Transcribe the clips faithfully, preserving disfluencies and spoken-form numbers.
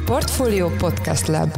Portfolio Podcast Lab.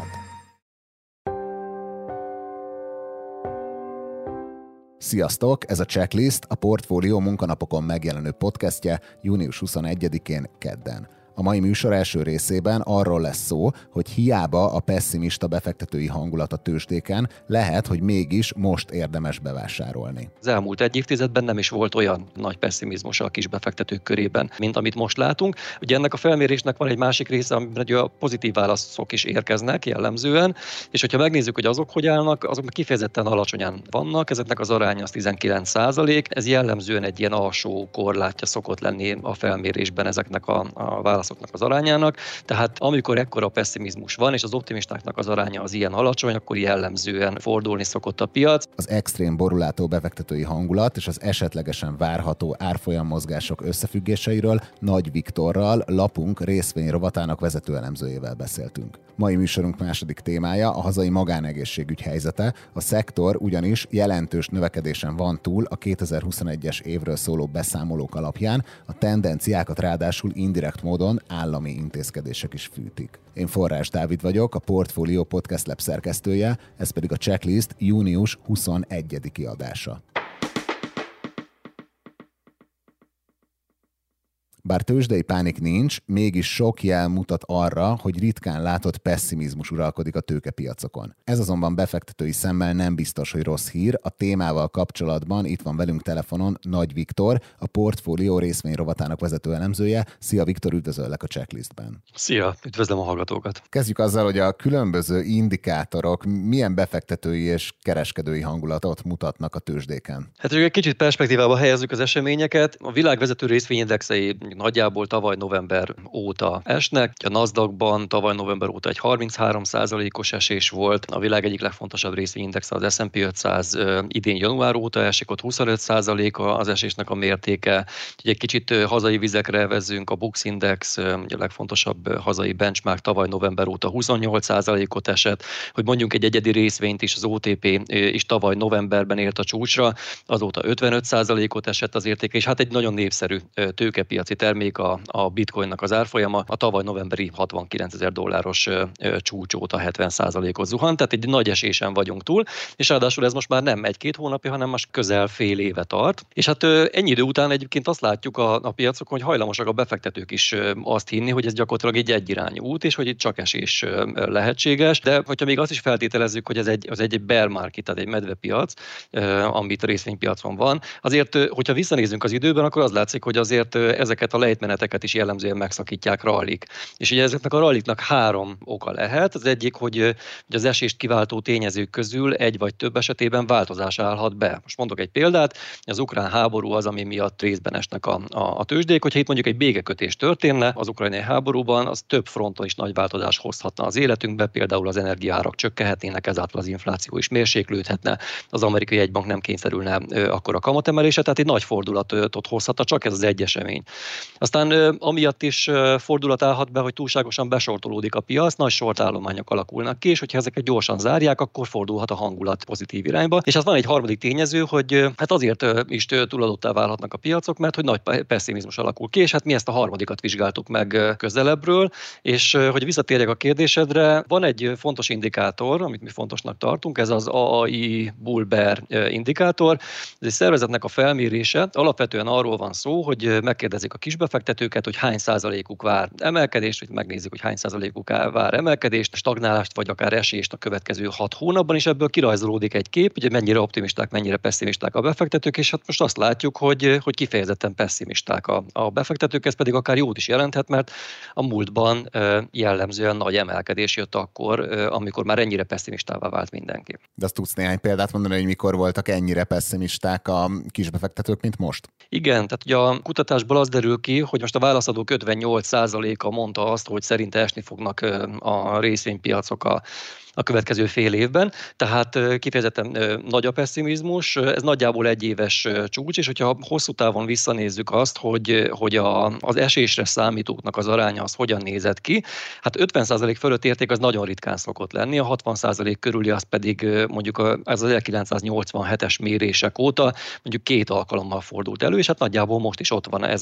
Sziasztok! Ez a Checklist, a Portfolio munkanapokon megjelenő podcastje június huszonegyedikén kedden. A mai műsor első részében arról lesz szó, hogy hiába a pesszimista befektetői hangulat a tőzsdéken, lehet, hogy mégis most érdemes bevásárolni. Az elmúlt egy évtizedben nem is volt olyan nagy pesszimizmus a kis befektetők körében, mint amit most látunk. Ugye ennek a felmérésnek van egy másik része, amiben ugye a pozitív válaszok is érkeznek jellemzően, és hogyha megnézzük, hogy azok hogy állnak, azok kifejezetten alacsonyan vannak, ezeknek az aránya az tizenkilenc százalék, ez jellemzően egy ilyen alsó korlátja szokott lenni a felmérésben ezeknek a, a válaszoknak az arányának, tehát amikor ekkora pesszimizmus van, és az optimistáknak az aránya az ilyen alacsony, akkor jellemzően fordulni szokott a piac. Az extrém borulátó befektetői hangulat és az esetlegesen várható árfolyammozgások összefüggéseiről Nagy Viktorral, lapunk részvényrovatának vezető elemzőjével beszéltünk. Mai műsorunk második témája a hazai magánegészségügy helyzete, a szektor ugyanis jelentős növekedésen van túl a kétezer-huszonegyes évről szóló beszámolók alapján, a tendenciákat ráadásul indirekt módon állami intézkedések is fűtik. Én Forrás Dávid vagyok, a Portfolio Podcast Lab szerkesztője, ez pedig a Checklist június huszonegyediki adása. Bár tőzsdei pánik nincs, mégis sok jel mutat arra, hogy ritkán látott pesszimizmus uralkodik a tőkepiacokon. Ez azonban befektetői szemmel nem biztos, hogy rossz hír. A témával kapcsolatban itt van velünk telefonon Nagy Viktor, a Portfolio részvényrovatának vezető elemzője. Szia Viktor, üdvözöllek a Checklistben. Szia, üdvözlöm a hallgatókat. Kezdjük azzal, hogy a különböző indikátorok milyen befektetői és kereskedői hangulatot mutatnak a tőzsdéken. Hát, hogy egy kicsit perspektívába helyezzük az eseményeket. A világ vezető részvényindexei nagyjából tavaly november óta esnek. A Nasdaqban tavaly november óta egy harminchárom százalékos esés volt. A világ egyik legfontosabb részvényindexe az es and pé ötszáz idén január óta esik, ott huszonöt százalék az esésnek a mértéke. Egy kicsit hazai vizekre vezzünk, a Bux Index, a legfontosabb hazai benchmark tavaly november óta huszonnyolc százalékot esett. Hogy mondjuk egy egyedi részvényt is, az o té pé is tavaly novemberben ért a csúcsra, azóta ötvenöt százalékot esett az értéke, és hát egy nagyon népszerű tőkepiaci termék a, a bitcoinnak az árfolyama, a tavaly novemberi hatvankilencezer dolláros ö, ö, csúcs óta hetven százalékot zuhant, tehát egy nagy esésen vagyunk túl, és ráadásul ez most már nem egy-két hónapja, hanem most közel fél éve tart. És hát ö, ennyi idő után egyébként azt látjuk a, a piacokon, hogy hajlamosak a befektetők is ö, azt hinni, hogy ez gyakorlatilag egy egyirányú út, és hogy itt csak esés ö, lehetséges, de hogyha még azt is feltételezzük, hogy ez egy, az egy bear market, tehát egy medvepiac, ö, amit a részvénypiacon van, azért, ö, hogyha visszanézünk az időben, akkor az látszik, hogy azért ö, ezeket a lejtmeneteket is jellemzően megszakítják rallik. És ugye ezeknek a ralliknak három oka lehet. Az egyik, hogy, hogy az esést kiváltó tényezők közül egy vagy több esetében változás állhat be. Most mondok egy példát, az ukrán háború az, ami miatt részben esnek a, a, a tőzsdék. Hogyha itt mondjuk egy békekötés történne az ukrajnai háborúban, az több fronton is nagy változás hozhatna az életünkbe, például az energiaárak csökkenhetnének, ezáltal az infláció is mérséklődhetne, az amerikai jegybank nem kényszerülne akkor a kamatemelésre, tehát egy nagy fordulatot hozhatna, csak ez az egy esemény. Aztán amiatt is fordulat állhat be, hogy túlságosan besortolódik a piac, nagy sortállományok alakulnak ki, és hogyha ezeket gyorsan zárják, akkor fordulhat a hangulat pozitív irányba. És az van egy harmadik tényező, hogy hát azért is túladottá válhatnak a piacok, mert hogy nagy pesszimizmus alakul ki, és hát mi ezt a harmadikat vizsgáltuk meg közelebbről, és hogy visszatérjek a kérdésedre, van egy fontos indikátor, amit mi fontosnak tartunk, ez az á á i Bull Bear indikátor. Ez egy szervezetnek a felmérése, alapvetően arról van szó, hogy megkérdezik a kisbefektetőket, hogy hány százalékuk vár emelkedést, hogy megnézzük, hogy hány százalékuk vár emelkedést, stagnálást, vagy akár esést a következő hat hónapban, és ebből kirajzolódik egy kép, hogy mennyire optimisták, mennyire pessimisták a befektetők, és hát most azt látjuk, hogy, hogy kifejezetten pessimisták a, a befektetők, ez pedig akár jót is jelenthet, mert a múltban jellemzően nagy emelkedés jött akkor, amikor már ennyire pessimistává vált mindenki. De azt tudsz néhány példát mondani, hogy mikor voltak ennyire pessimisták a kisbefektetők, mint most? Igen, tehát ugye a kutatásból az derül ki, hogy most a válaszadók ötvennyolc százaléka mondta azt, hogy szerinte esni fognak a részvénypiacok a a következő fél évben, tehát kifejezetten nagy a pesszimizmus, ez nagyjából egy éves csúcs, és hogyha hosszú távon visszanézzük azt, hogy, hogy a, az esésre számítóknak az aránya az hogyan nézett ki, hát ötven százalék fölött érték az nagyon ritkán szokott lenni, a hatvan százalék körüli az pedig mondjuk ez az ezerkilencszáznyolcvanhetes mérések óta mondjuk két alkalommal fordult elő, és hát nagyjából most is ott van ez az érték,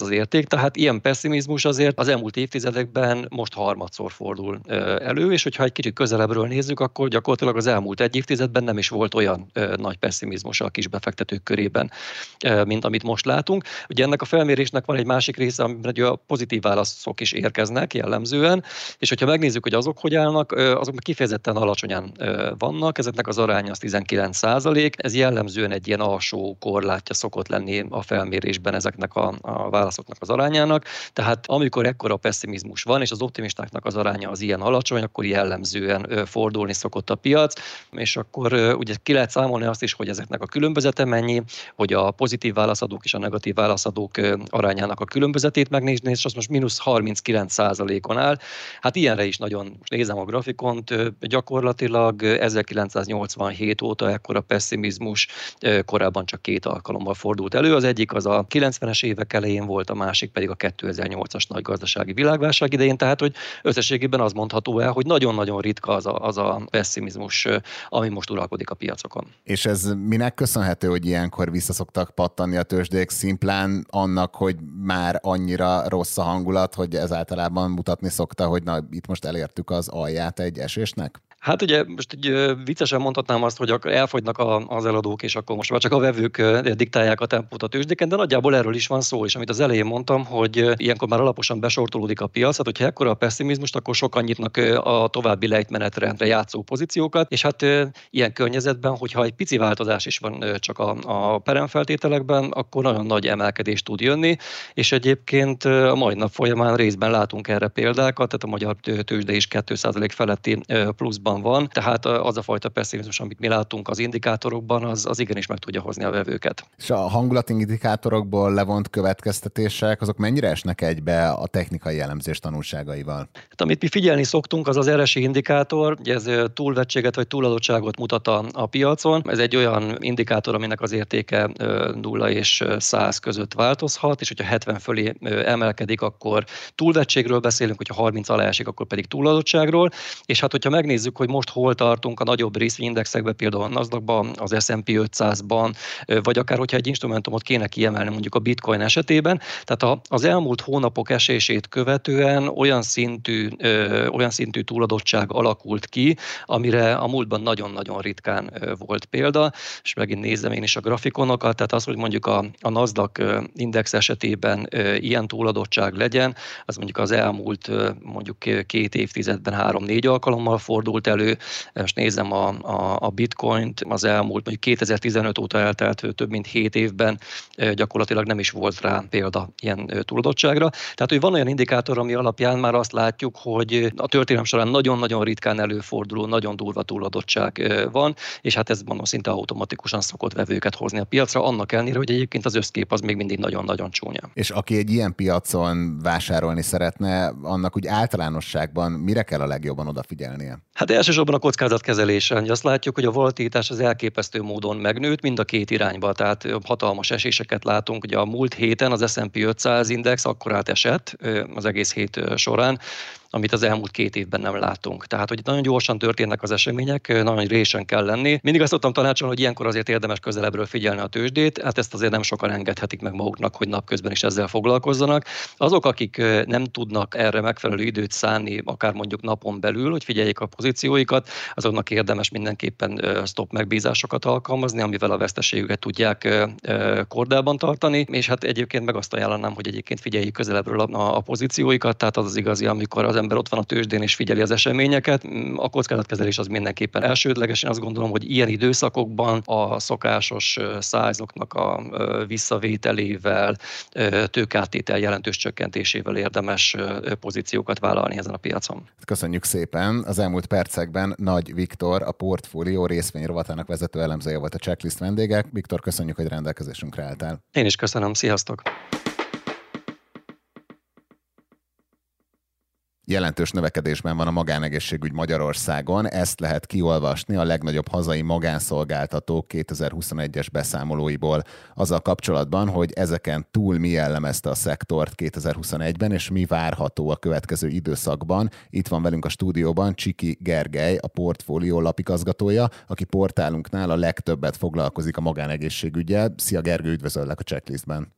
tehát ilyen pessimizmus azért az elmúlt évtizedekben most harmadszor fordul elő, és hogyha egy kicsit közelebbről nézzük, akkor gyakorlatilag az elmúlt egy évtizedben nem is volt olyan nagy pessimizmus a kisbefektetők körében, mint amit most látunk. Ugye ennek a felmérésnek van egy másik része, amiben ugye a pozitív válaszok is érkeznek jellemzően, és hogyha megnézzük, hogy azok hogy állnak, azok kifejezetten alacsonyan vannak, ezeknek az aránya az tizenkilenc százalék, ez jellemzően egy ilyen alsó korlátja szokott lenni a felmérésben ezeknek a, a válaszoknak az arányának, tehát amikor ekkora pessimizmus van, és az optimistáknak az aránya az ilyen alacsony, akkor jellemzően fordulni szokott a piac, és akkor ugye ki lehet számolni azt is, hogy ezeknek a különbözete mennyi, hogy a pozitív válaszadók és a negatív válaszadók arányának a különbözetét megnézni, és az most mínusz harminckilenc százalékon áll. Hát ilyenre is nagyon, most nézem a grafikont, gyakorlatilag ezerkilencszáznyolcvanhét óta ekkora pessimizmus korábban csak két alkalommal fordult elő. Az egyik az a kilencvenes évek elején volt, a másik pedig a kétezer-nyolcas nagy gazdasági világválság idején, tehát hogy összességében az mondható el, hogy nagyon-nagyon ritka az a, az a pessimizmus, ami most uralkodik a piacokon. És ez minek köszönhető, hogy ilyenkor visszaszoktak pattanni a tőzsdék, szimplán annak, hogy már annyira rossz a hangulat, hogy ez általában mutatni szokta, hogy na, itt most elértük az alját egy esésnek? Hát ugye most egy viccesen mondhatnám azt, hogy elfogynak az eladók, és akkor most már csak a vevők diktálják a tempót a tőzsdéken, de nagyjából erről is van szó, és amit az elején mondtam, hogy ilyenkor már alaposan besortolódik a piac, hát hogyha ekkora a pessimizmust, akkor sokan nyitnak a további lejtmenetre játszó pozíciókat, és hát ilyen környezetben, hogyha egy pici változás is van csak a, a peremfeltételekben, akkor nagyon nagy emelkedés tud jönni, és egyébként a mai nap folyamán részben látunk erre példákat, tehát a magyar tőzsde is két százalék feletti pluszban van, tehát az a fajta pessimizmus, amit mi látunk az indikátorokban, az, az igenis meg tudja hozni a vevőket. És a hangulati indikátorokból levont következtetések, azok mennyire esnek egybe a technikai elemzés tanulságaival? Hát, amit mi figyelni szoktunk, az az er es i indikátor, ugye ez túlvettséget vagy túladottságot mutat a, a piacon. Ez egy olyan indikátor, aminek az értéke nulla és száz között változhat, és hogyha hetven fölé emelkedik, akkor túlvettségről beszélünk, hogyha harminc alá esik, akkor pedig túladottságról. És hát, hogyha megnézzük, hogy most hol tartunk a nagyobb részvényindexekben, például a Nasdaqban, az es and pé ötszázban, vagy akár, hogyha egy instrumentumot kéne kiemelni mondjuk a Bitcoin esetében. Tehát az elmúlt hónapok esését követően olyan szintű, olyan szintű túladottság alakult ki, amire a múltban nagyon-nagyon ritkán volt példa, és megint nézem én is a grafikonokat, tehát az, hogy mondjuk a, a Nasdaq index esetében ilyen túladottság legyen, az mondjuk az elmúlt mondjuk két évtizedben három-négy alkalommal fordult elő. Most nézem a, a, a Bitcoint, az elmúlt mondjuk kétezer-tizenöt óta eltelt több mint hét évben gyakorlatilag nem is volt rá példa ilyen túladottságra. Tehát, hogy van olyan indikátor, ami alapján már azt látjuk, hogy a történelem során nagyon-nagyon ritkán előforduló, nagyon durva túladottság van, és hát ez mondom szinte automatikusan szokott vevőket hozni a piacra, annak ellenére, hogy egyébként az összkép az még mindig nagyon-nagyon csúnya. És aki egy ilyen piacon vásárolni szeretne, annak úgy általánosságban mire kell a legjobban odafigyelnie? Hát elsősorban a kockázatkezelésen. Azt látjuk, hogy a volatilitás az elképesztő módon megnőtt mind a két irányba, tehát hatalmas eséseket látunk. Ugye a múlt héten az es and pé ötszáz index akkorát esett az egész hét során, amit az elmúlt két évben nem látunk. Tehát, hogy nagyon gyorsan történnek az események, nagyon résen kell lenni. Mindig azt szoktam tanácsolni, hogy ilyenkor azért érdemes közelebbről figyelni a tőzsdét, hát ezt azért nem sokan engedhetik meg maguknak, hogy napközben is ezzel foglalkozzanak. Azok, akik nem tudnak erre megfelelő időt szánni, akár mondjuk napon belül, hogy figyeljék a pozícióikat, azoknak érdemes mindenképpen stop megbízásokat alkalmazni, amivel a veszteségüket tudják kordában tartani, és hát egyébként meg azt ajánlanám, hogy egyébként figyeljék közelebbről a, a pozícióikat, tehát az az igazi, amikor az ember ott van a tőzsdén és figyeli az eseményeket. A kockázatkezelés az mindenképpen elsődleges. Én azt gondolom, hogy ilyen időszakokban a szokásos szájzoknak a visszavételével, tőkeáttétel jelentős csökkentésével érdemes pozíciókat vállalni ezen a piacon. Köszönjük szépen! Az elmúlt percekben Nagy Viktor, a Portfólió részvény rovatának vezető elemzője volt a Checklist vendége. Viktor, köszönjük, hogy rendelkezésünkre álltál. Én is köszönöm, sziasztok! Jelentős növekedésben van a magánegészségügy Magyarországon, ezt lehet kiolvasni a legnagyobb hazai magánszolgáltatók kétezer-huszonegyes beszámolóiból. Azzal kapcsolatban, hogy ezeken túl mi jellemezte a szektort kétezer-huszonegyben, és mi várható a következő időszakban. Itt van velünk a stúdióban Csiki Gergely, a Portfólió lapigazgatója, aki portálunknál a legtöbbet foglalkozik a magánegészségüggyel. Szia Gergő, üdvözöllek a Checklistben!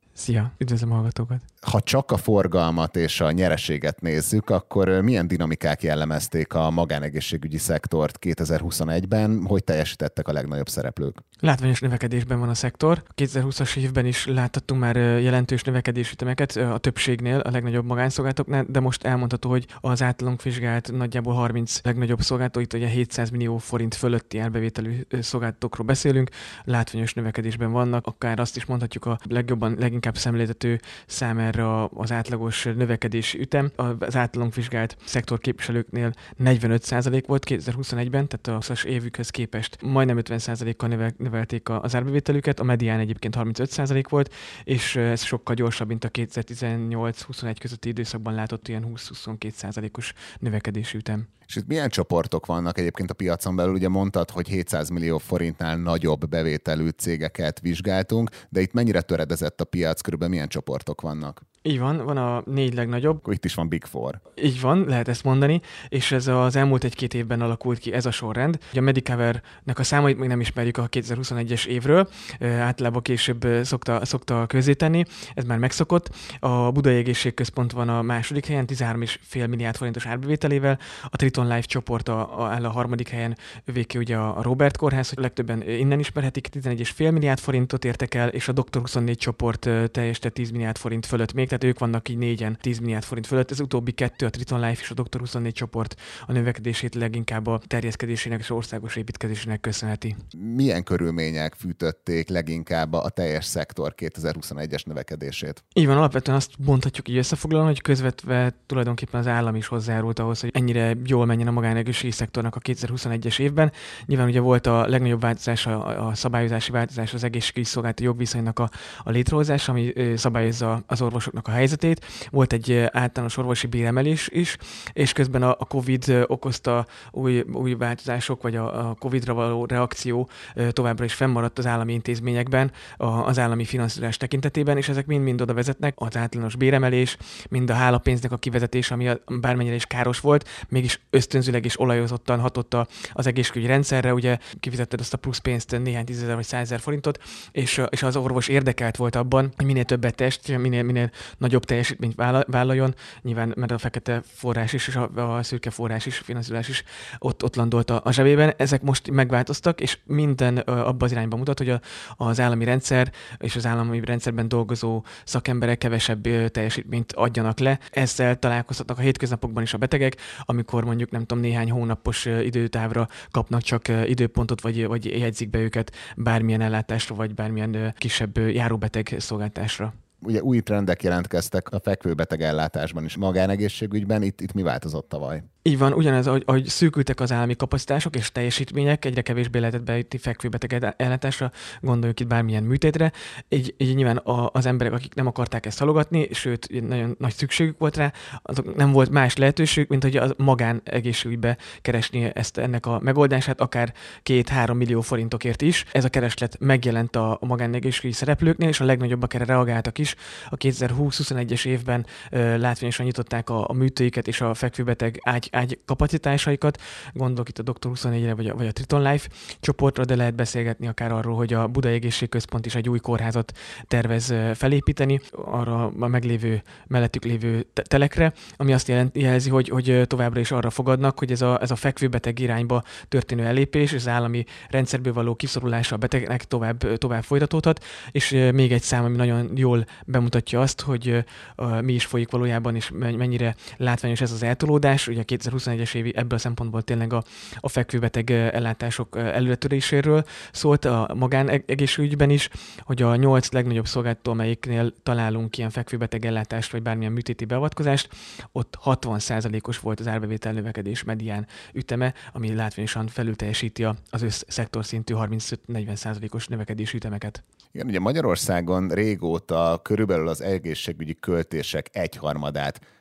Szia, üdvözlöm a hallgatókat! Ha csak a forgalmat és a nyereséget nézzük, akkor milyen dinamikák jellemezték a magánegészségügyi szektort kétezer-huszonegyben? Hogy teljesítettek a legnagyobb szereplők? Látványos növekedésben van a szektor. kétezer-húszas évben is láthattunk már jelentős növekedésütemeket a többségnél, a legnagyobb magánszolgáltatóknál, de most elmondható, hogy az általunk vizsgált nagyjából harminc legnagyobb szolgáltató, itt ugye hétszáz millió forint fölötti árbevételű szolgáltatókról beszélünk, látványos növekedésben vannak, akár azt is mondhatjuk a legjobban, leginkább szemléltető szám erre az átlagos növekedési ütem. Az általunk vizsgált szektorképviselőknél negyvenöt százalék volt kétezer-huszonegyben, tehát a huszas évükhöz képest majdnem ötven százalékkal növel, növelték az árbevételüket, a medián egyébként harmincöt százalék volt, és ez sokkal gyorsabb, mint a kétezer-tizennyolc-huszonegy közötti időszakban látott ilyen húsz-huszonkettő százalékos növekedési ütem. És itt milyen csoportok vannak egyébként a piacon belül? Ugye mondtad, hogy hétszáz millió forintnál nagyobb bevételű cégeket vizsgáltunk, de itt mennyire töredezett a piac, körülbelül milyen csoportok vannak? Így van, van a négy legnagyobb. Itt is van Big Four. Így van, lehet ezt mondani, és ez az elmúlt egy-két évben alakult ki ez a sorrend. Ugye a Medicover-nek a számait még nem ismerjük a kétezer-huszonegyes évről, általában később szokta, szokta közzétenni, ez már megszokott. A Budai Egészségközpont van a második helyen, tizenhárom egész öt milliárd forintos árbevételével, a Triton Life csoport a, a, áll a harmadik helyen, övéké ugye a Robert Kórház, hogy legtöbben innen ismerhetik, tizenegy egész öt milliárd forintot értek el, és a doktor huszonnégy csoport teljesített tíz milliárd forint fölött még, tehát ők vannak így négyen tíz milliárd forint fölött. Ez utóbbi kettő, a Triton Life és a doktor huszonnégy csoport a növekedését leginkább a terjeszkedésének és országos építkezésének köszönheti. Milyen körülmények fűtötték leginkább a teljes szektor kétezer-huszonegyes növekedését? Így van, alapvetően azt mondhatjuk így összefoglalni, hogy közvetve tulajdonképpen az állam is hozzájárult ahhoz, hogy ennyire jól menjen a magánegészségügyi szektornak a kétezer-huszonegyes évben. Nyilván ugye volt a legnagyobb változás, a, a szabályozási változás, az egészségügyi szolgáltató jogviszonynak a, a létrehozása, ami szabályozza az orvosoknak a helyzetét. Volt egy általános orvosi béremelés is, és közben a, a Covid okozta új, új változások, vagy a, a Covidra való reakció továbbra is fennmaradt az állami intézményekben, a, az állami finanszírozás tekintetében, és ezek mind-mind oda vezetnek, az általános béremelés, mind a hálapénznek a kivezetés, ami bármennyire is káros volt, mégis ösztönzőleg és olajozottan hatott az egészségügyi rendszerre, ugye kifizetted azt a plusz pénzt, néhány tízezer vagy százezer forintot, és, és az orvos érdekelt volt abban, hogy minél többet test, minél, minél nagyobb teljesítményt vállaljon, nyilván mert a fekete forrás is, és a, a szürke forrás is, finanszírozás is ott, ott landolt a, a zsebében. Ezek most megváltoztak, és minden abban az irányba mutat, hogy a, az állami rendszer és az állami rendszerben dolgozó szakemberek kevesebb teljesítményt adjanak le. Ezzel találkozhatnak a hétköznapokban is a betegek, amikor mondjuk nem tudom, néhány hónapos időtávra kapnak csak időpontot, vagy, vagy jegyzik be őket bármilyen ellátásra, vagy bármilyen kisebb járóbeteg szolgáltásra. Ugye új trendek jelentkeztek a fekvőbeteg ellátásban is, magánegészségügyben. Itt, itt mi változott tavaly? Így van, ugyanez, ahogy, ahogy szűkültek az állami kapacitások és teljesítmények, egyre kevésbé lehetett bejutni fekvőbeteg ellátásra, gondoljuk itt bármilyen műtétre. Így, így nyilván a, az emberek, akik nem akarták ezt halogatni, sőt, nagyon nagy szükségük volt rá, azok nem volt más lehetőség, mint hogy a magánegészségügybe keresni ezt, ennek a megoldását, akár két-három millió forintokért is. Ez a kereslet megjelent a, a magánegészségügyi szereplőknél, és a legnagyobbak erre reagáltak is. A kétezer-húsz-huszonegyes évben ö, látványosan nyitották a, a műtőiket és a fekvőbeteg ágy ágy kapacitásaikat, gondolok itt a doktor huszonnégyre vagy a, vagy a Triton Life csoportra, de lehet beszélgetni akár arról, hogy a Budai Egészségközpont is egy új kórházat tervez felépíteni arra a meglévő, mellettük lévő telekre, ami azt jelent, jelzi, hogy, hogy továbbra is arra fogadnak, hogy ez a, ez a fekvőbeteg irányba történő ellépés, az állami rendszerből való kiszorulása a betegnek tovább, tovább folytatódhat, és még egy szám, ami nagyon jól bemutatja azt, hogy mi is folyik valójában, és mennyire látványos ez az eltolódás. Ugye a kétezer-huszonegyes évi ebből a szempontból tényleg a, a fekvőbeteg ellátások előretöréséről szólt a magánegészségügyben is, hogy a nyolc legnagyobb szolgáltató, amelyiknél találunk ilyen fekvőbeteg ellátást, vagy bármilyen műtéti beavatkozást, ott hatvan százalékos volt az árbevétel növekedés medián üteme, ami látványosan felülteljesíti az összszektor szintű harmincöt-negyven százalékos növekedési ütemeket. Igen, ugye Magyarországon régóta körülbelül az egészségügyi költések egyharmadát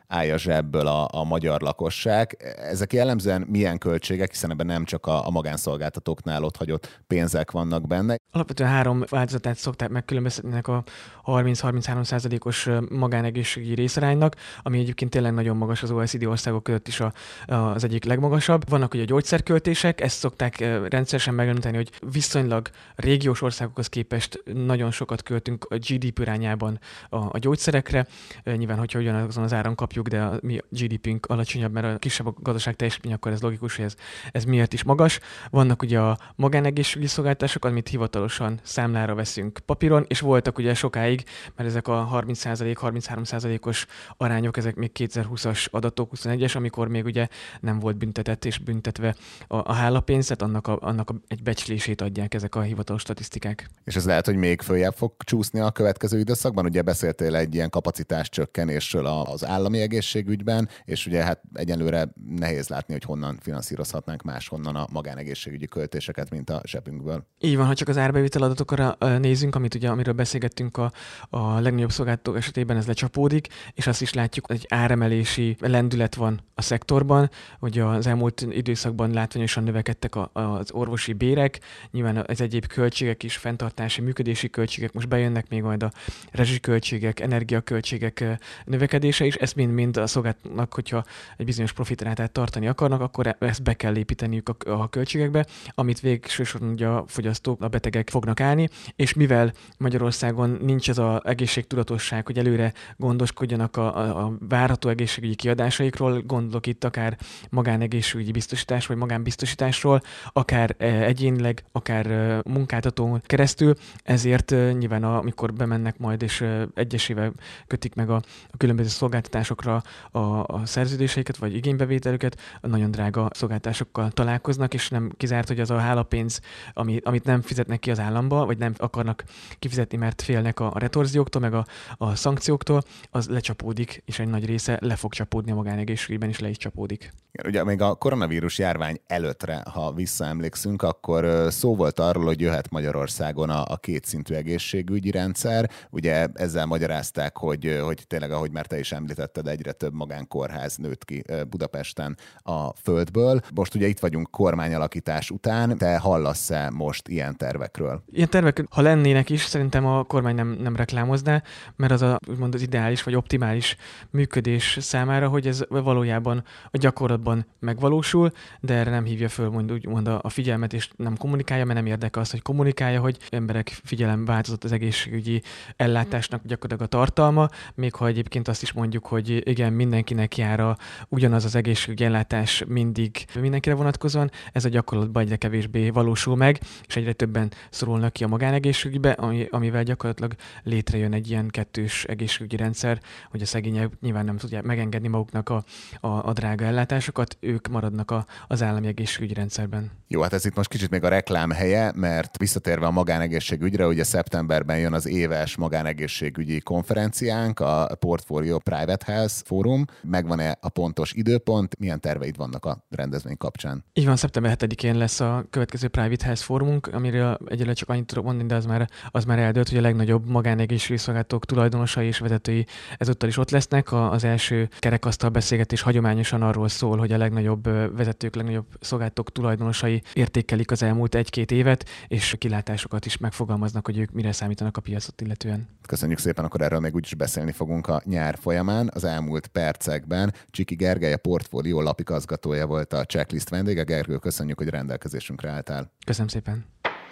állja zsebből a, a magyar lakosság. Ezek jellemzően milyen költségek, hiszen ebben nem csak a, a magánszolgáltatóknál ott hagyott pénzek vannak benne. Alapvetően három változatát szokták megkülönböztetni a harminc-harminchárom százalékos magánegészségügyi részaránynak, ami egyébként tényleg nagyon magas, az o e cé dé országok között is a, az egyik legmagasabb. Vannak ugye a gyógyszerköltések, ezt szokták rendszeresen megemlíteni, hogy viszonylag régiós országokhoz képest nagyon sokat költünk a gé dé pé irányában a, a gyógyszerekre. Nyilván, hogyha ugyanazon az áron kapjuk, de a mi gé dé pénk alacsonyabb, mert a kisebb a gazdaság teljesítmény, akkor ez logikus, hogy ez, ez miért is magas. Vannak ugye a magánegészségügyi szolgáltatások, amit hivatalosan számlára veszünk papíron, és voltak ugye sokáig, mert ezek a harminc százalék, harminchárom százalékos arányok, ezek még kétezer-húszas adatok, huszonegyes, amikor még ugye nem volt büntetett és büntetve a, a hálapénzet, annak, a, annak a, egy becslését adják ezek a hivatalos statisztikák. És ez lehet, hogy még följebb fog csúszni a következő időszakban? Ugye beszéltél egy ilyen kapacitás csökkenésről az állami egészségügyben, és ugye hát egyelőre nehéz látni, hogy honnan finanszírozhatnánk máshonnan a magánegészségügyi költéseket, mint a zsebünkből. Így van, ha csak az árbevétel adatokra nézünk, amit ugye, amiről beszélgettünk a, a legnagyobb szolgáltatók esetében, ez lecsapódik, és azt is látjuk, hogy egy áremelési lendület van a szektorban, hogy az elmúlt időszakban látványosan növekedtek a, az orvosi bérek, nyilván az egyéb költségek is, fenntartási, működési költségek, most bejönnek még majd a rezsiköltségek, energiaköltségek növekedése is, ezt mind-mind a szolgáltatóknak, hogyha egy bizonyos profitrátát tartani akarnak, akkor ezt be kell építeniük a, a költségekbe, amit végsősorban ugye a fogyasztók, a betegek fognak állni, és mivel Magyarországon nincs ez az egészségtudatosság, hogy előre gondoskodjanak a, a, a várható egészségügyi kiadásaikról, gondolok itt akár magánegészségügyi biztosítás, vagy magánbiztosításról, akár egyénileg, akár munkáltatón keresztül, ezért nyilván amikor bemennek majd, és egyesével kötik meg a, a különböző szolgáltatásokra a, a szerződéseiket, vagy igénybevételüket, nagyon drága szolgáltatásokkal találkoznak, és nem kizárt, hogy az a hálapénz, ami, amit nem fizetnek ki az államba, vagy nem akarnak kifizetni, mert félnek a, a retorzióktól, meg a, a szankcióktól, az lecsapódik, és egy nagy része le fog csapódni a magánegészségügyben, és le is csapódik. Ugye még a koronavírus járvány előttre, ha visszaemlékszünk, akkor szó volt arról, hogy jöhet Magyarországon a, a kétszintű egészségügyi rendszer. Ugye ezzel magyarázták, hogy, hogy tényleg, ahogy már te is említetted, egyre több magánkórház nőtt ki Budapesten a földből. Most ugye itt vagyunk kormányalakítás után. Te hallasz-e most ilyen tervekről? Ilyen tervek, ha lennének is, szerintem a kormány nem, nem reklámozná, mert az a, úgymond az ideális vagy optimális működés számára, hogy ez valójában a gyakorlatban megvalósul, de erre nem hívja föl mond, úgymond a figyelmet, és nem kommunikálja, mert nem érdekel az, hogy kommunikálja, hogy emberek figyelem változott az egészségügyi ellátásnak gyakorlatilag a tartalma, még ha egyébként azt is mondjuk, hogy igen, mindenkinek jár a, ugyanaz az egészségügyi ellátás mindig mindenkire vonatkozóan, ez a gyakorlatban egyre kevésbé valósul meg, és egyre többen szorulnak ki a magánegészségügybe, ami, amivel gyakorlatilag létrejön egy ilyen kettős egészségügyi rendszer, hogy a szegények nyilván nem tudják megengedni maguknak a, a, a drága ellátásokat, ők maradnak a, az állami egészségügyi rendszerben. Jó, hát ez itt most kicsit még a reklám helye, mert visszatérve a magánegészségügyre, ugye szeptemberben jön az éves magánegészségügyi konferenciánk, a Portfolio Private Health Forum. Megvan-e a pontos időpont? Milyen terveid vannak a rendezvény kapcsán? Így van, szeptember hetedikén lesz a következő Private Health Forumunk, amiről egyelőre csak annyit tudok mondani, de az már, az már eldőlt, hogy a legnagyobb magánegészségügyi szolgáltatók tulajdonosai és vezetői ezúttal is ott lesznek. Az első kerekasztal beszélgetés hagyományosan arról szól, hogy a legnagyobb vezetők, legnagyobb szolgáltatók tulajdonosai értékelik az elmúlt egy-két évet, és kilátásokat is megfogalmaznak, hogy ők mire számítanak a piacot illetően. Köszönjük szépen, akkor erről még úgyis beszélni fogunk a nyár folyamán. Az elmúlt percekben Csiki Gergely, a Portfolio lapigazgatója volt a Checklist vendége. Gergő, köszönjük, hogy rendelkezésünkre álltál. Köszönöm szépen.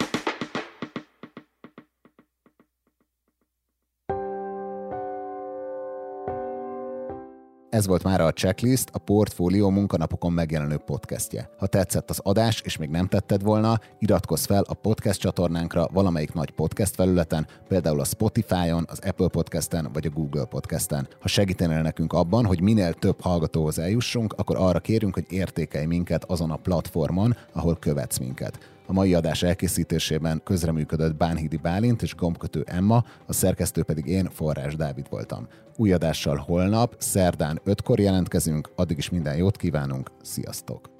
Ez volt már a Checklist, a Portfolio munkanapokon megjelenő podcastje. Ha tetszett az adás, és még nem tetted volna, iratkozz fel a podcast csatornánkra valamelyik nagy podcast felületen, például a Spotify-on, az Apple Podcasten vagy a Google Podcasten. Ha segítenél nekünk abban, hogy minél több hallgatóhoz eljussunk, akkor arra kérünk, hogy értékelj minket azon a platformon, ahol követsz minket. A mai adás elkészítésében közreműködött Bánhidi Bálint és gombkötő Emma, a szerkesztő pedig én, Forrás Dávid voltam. Új adással holnap, szerdán ötkor jelentkezünk, addig is minden jót kívánunk, sziasztok!